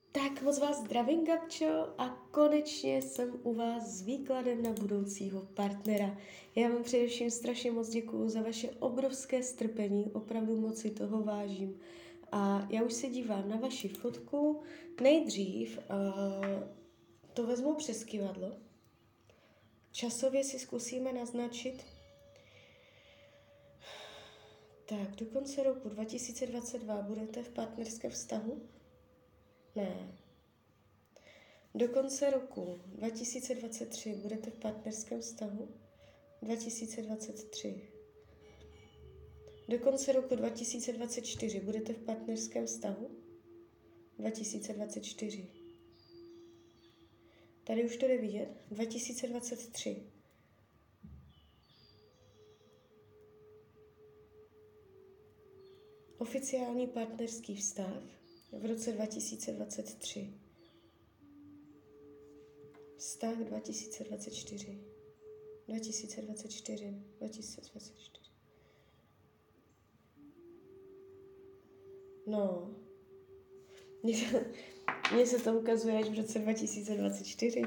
Tak moc vás zdravím, Gabčo, a konečně jsem u vás s výkladem na budoucího partnera. Já vám především strašně moc děkuju za vaše obrovské strpení, opravdu moc si toho vážím. A já už se dívám na vaši fotku. Nejdřív to vezmu přes kyvadlo. Časově si zkusíme naznačit. Tak, do konce roku 2022 budete v partnerském vztahu? Ne. Do konce roku 2023 budete v partnerském vztahu? 2023. Do konce roku 2024 budete v partnerském vztahu? 2024. Tady už to jde vidět. 2023. Oficiální partnerský vztah v roce 2023. Vztah 2024. 2024. 2024. No. Mně se to ukazuje až v roce 2024.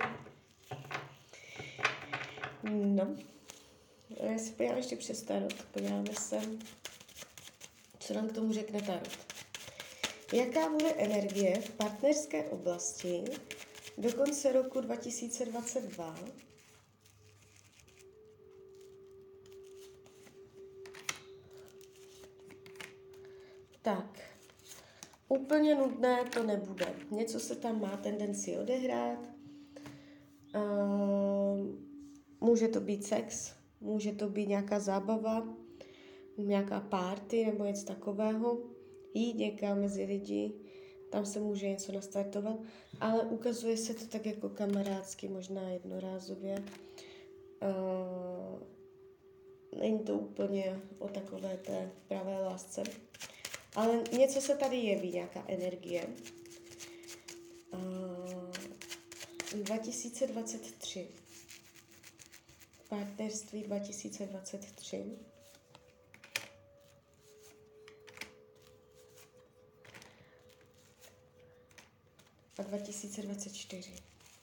No. Já si podívám ještě přes tarot. Podíváme se, co nám k tomu řekne tarot. Jaká bude energie v partnerské oblasti do konce roku 2022? Tak, úplně nudné to nebude. Něco se tam má tendenci odehrát. Může to být sex, může to být nějaká zábava, nějaká party nebo něco takového. Jít někam mezi lidi, tam se může něco nastartovat, ale ukazuje se to tak jako kamarádsky, možná jednorázově. Není to úplně o takové té pravé lásce. Ale něco se tady jeví, nějaká energie. 2023. Partnerství 2023. A 2024.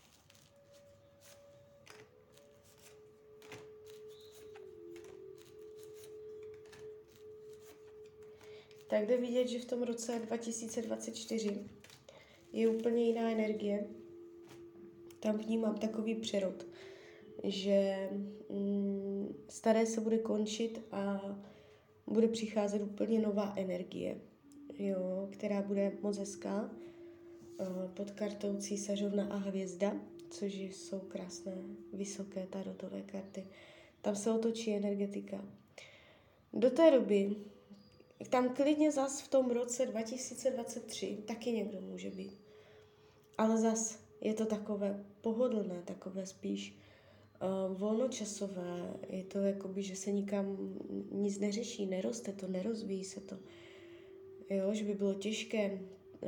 Tak jde vidět, že v tom roce 2024 je úplně jiná energie. Tam vnímám takový přerod, že staré se bude končit a bude přicházet úplně nová energie, jo, která bude moc hezká. Pod kartou císařovna a hvězda, což jsou krásné, vysoké tarotové karty. Tam se otočí energetika. Do té doby, tam klidně zas v tom roce 2023 taky někdo může být. Ale zas je to takové pohodlné, takové spíš volnočasové. Je to jakoby, že se nikam nic neřeší, neroste to, nerozvíjí se to. Jo, že by bylo těžké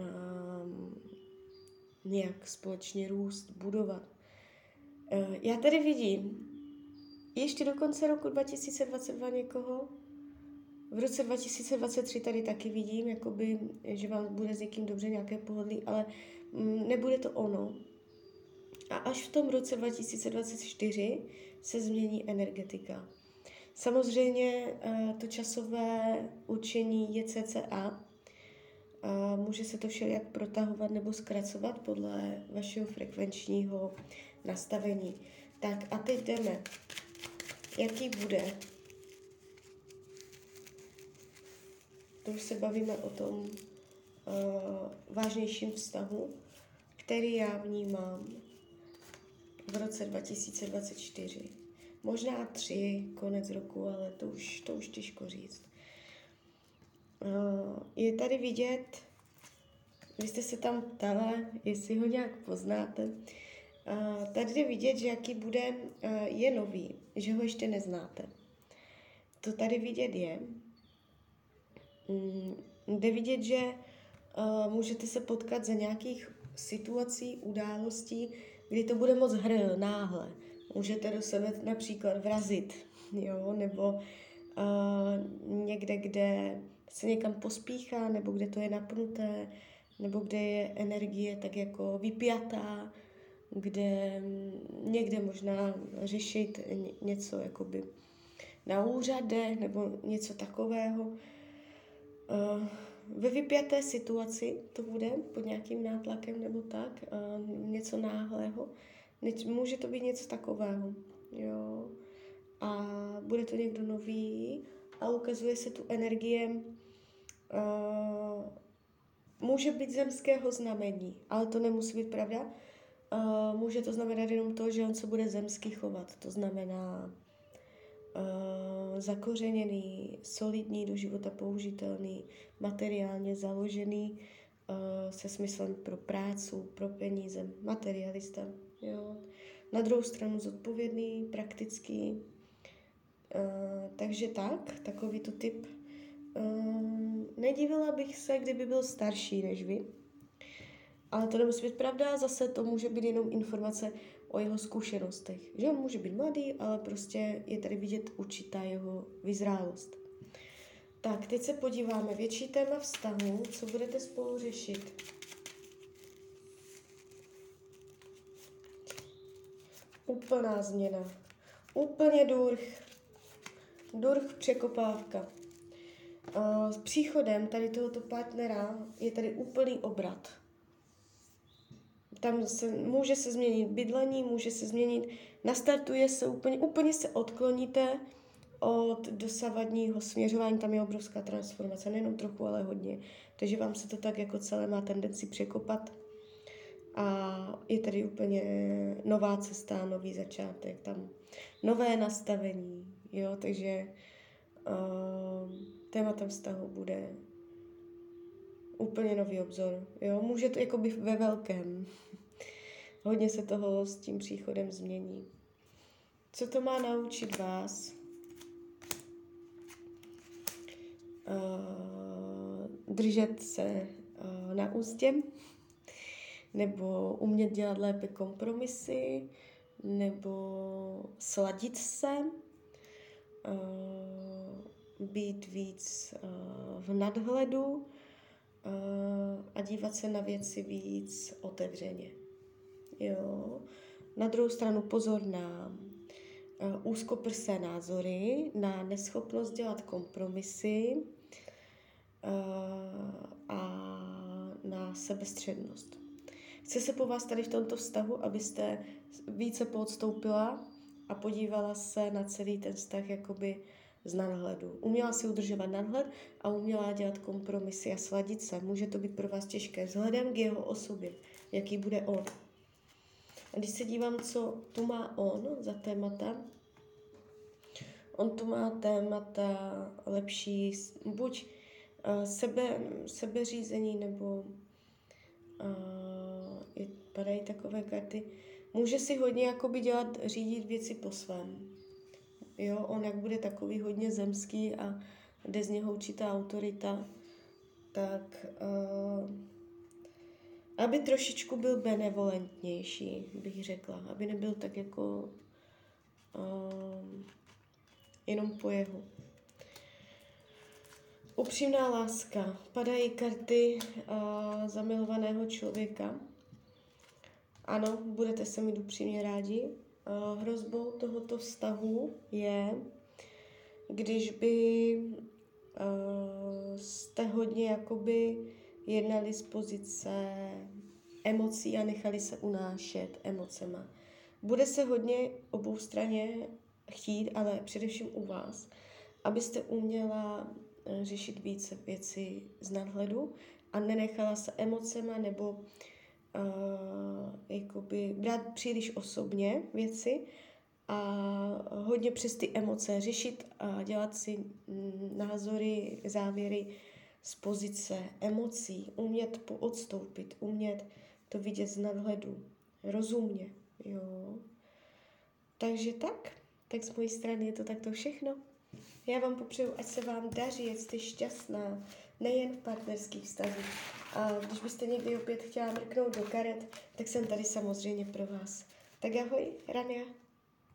nějak společně růst, budovat. Já tady vidím ještě do konce roku 2022 někoho. V roce 2023 tady taky vidím, jakoby, že vám bude s někým dobře nějaké pohodlí, ale nebude to ono. A až v tom roce 2024 se změní energetika. Samozřejmě to časové určení je cca. Může se to všelijak protahovat nebo zkracovat podle vašeho frekvenčního nastavení. Tak a teď jdeme. Jaký bude? To už se bavíme o tom vážnějším vztahu, který já vnímám v roce 2024. Možná 3, konec roku, ale to už těžko říct. Je tady vidět, vy jste se tam ptala, jestli ho nějak poznáte. Tady jde vidět, že jaký bude, je nový, že ho ještě neznáte. To tady vidět je. Jde vidět, že můžete se potkat za nějakých situací, událostí, kdy to bude moc náhle. Můžete do sebe například vrazit, jo, nebo někde, kde se někam pospíchá, nebo kde to je napnuté, nebo kde je energie tak jako vypjatá, kde někde možná řešit něco jakoby na úřadech nebo něco takového. Ve vypjaté situaci to bude pod nějakým nátlakem nebo tak, něco náhlého. Může to být něco takového, jo. A bude to někdo nový a ukazuje se tu energie, může být zemského znamení, ale to nemusí být pravda. Může to znamenat jenom to, že on se bude zemsky chovat, to znamená zakořeněný, solidní, do života použitelný, materiálně založený, se smyslem pro prácu, pro peníze, materialista. Jo. Na druhou stranu zodpovědný, praktický. Takže takovýto typ. Nedivila bych se, kdyby byl starší než vy. Ale to nemusí být pravda, zase to může být jenom informace o jeho zkušenostech. Že on může být mladý, ale prostě je tady vidět určitá jeho vyzrálost. Tak, teď se podíváme. Větší téma vztahu, co budete spolu řešit. Úplná změna. Úplně durch. Durch překopávka. S příchodem tady tohoto partnera je tady úplný obrat. Tam může se změnit bydlení, může se změnit, nastartuje se úplně se odkloníte od dosavadního směřování, tam je obrovská transformace, nejenom trochu, ale hodně. Takže vám se to tak jako celé má tendenci překopat a je tady úplně nová cesta, nový začátek, tam nové nastavení, jo, takže tématem vztahu bude úplně nový obzor, jo, může to jako být ve velkém. Hodně se toho s tím příchodem změní. Co to má naučit vás? Držet se na úzdě, nebo umět dělat lépe kompromisy, nebo sladit se, být víc v nadhledu a dívat se na věci víc otevřeně. Jo. Na druhou stranu pozor na úzkoprsé názory, na neschopnost dělat kompromisy a na sebestřednost. Chce se po vás tady v tomto vztahu, abyste více poodstoupila a podívala se na celý ten vztah jakoby z nadhledu. Uměla si udržovat nadhled a uměla dělat kompromisy a sladit se. Může to být pro vás těžké vzhledem k jeho osobě, jaký bude on. A když se dívám, co tu má on za témata, on tu má témata lepší, buď sebeřízení, nebo padají takové karty. Může si hodně jakoby řídit věci po svém. Jo, on jak bude takový hodně zemský a jde z něho určitá autorita, tak aby trošičku byl benevolentnější, bych řekla. Aby nebyl tak jako jenom po jeho. Upřímná láska. Padají karty zamilovaného člověka. Ano, budete se mít upřímně rádi. Hrozbou tohoto vztahu je, když by jste hodně jakoby jednali z pozice emocí a nechali se unášet emocema. Bude se hodně oboustranně chtít, ale především u vás, abyste uměla řešit více věci z nadhledu a nenechala se emocema nebo jakoby brát příliš osobně věci a hodně přes ty emoce řešit a dělat si názory, závěry z pozice emocí, umět poodstoupit, umět to vidět z nadhledu, rozumně, jo. Takže tak z mojí strany je to takto všechno. Já vám popřeju, ať se vám daří, ať jste šťastná, nejen v partnerských vztazích. A když byste někdy opět chtěla mrknout do karet, tak jsem tady samozřejmě pro vás. Tak ahoj, Rania.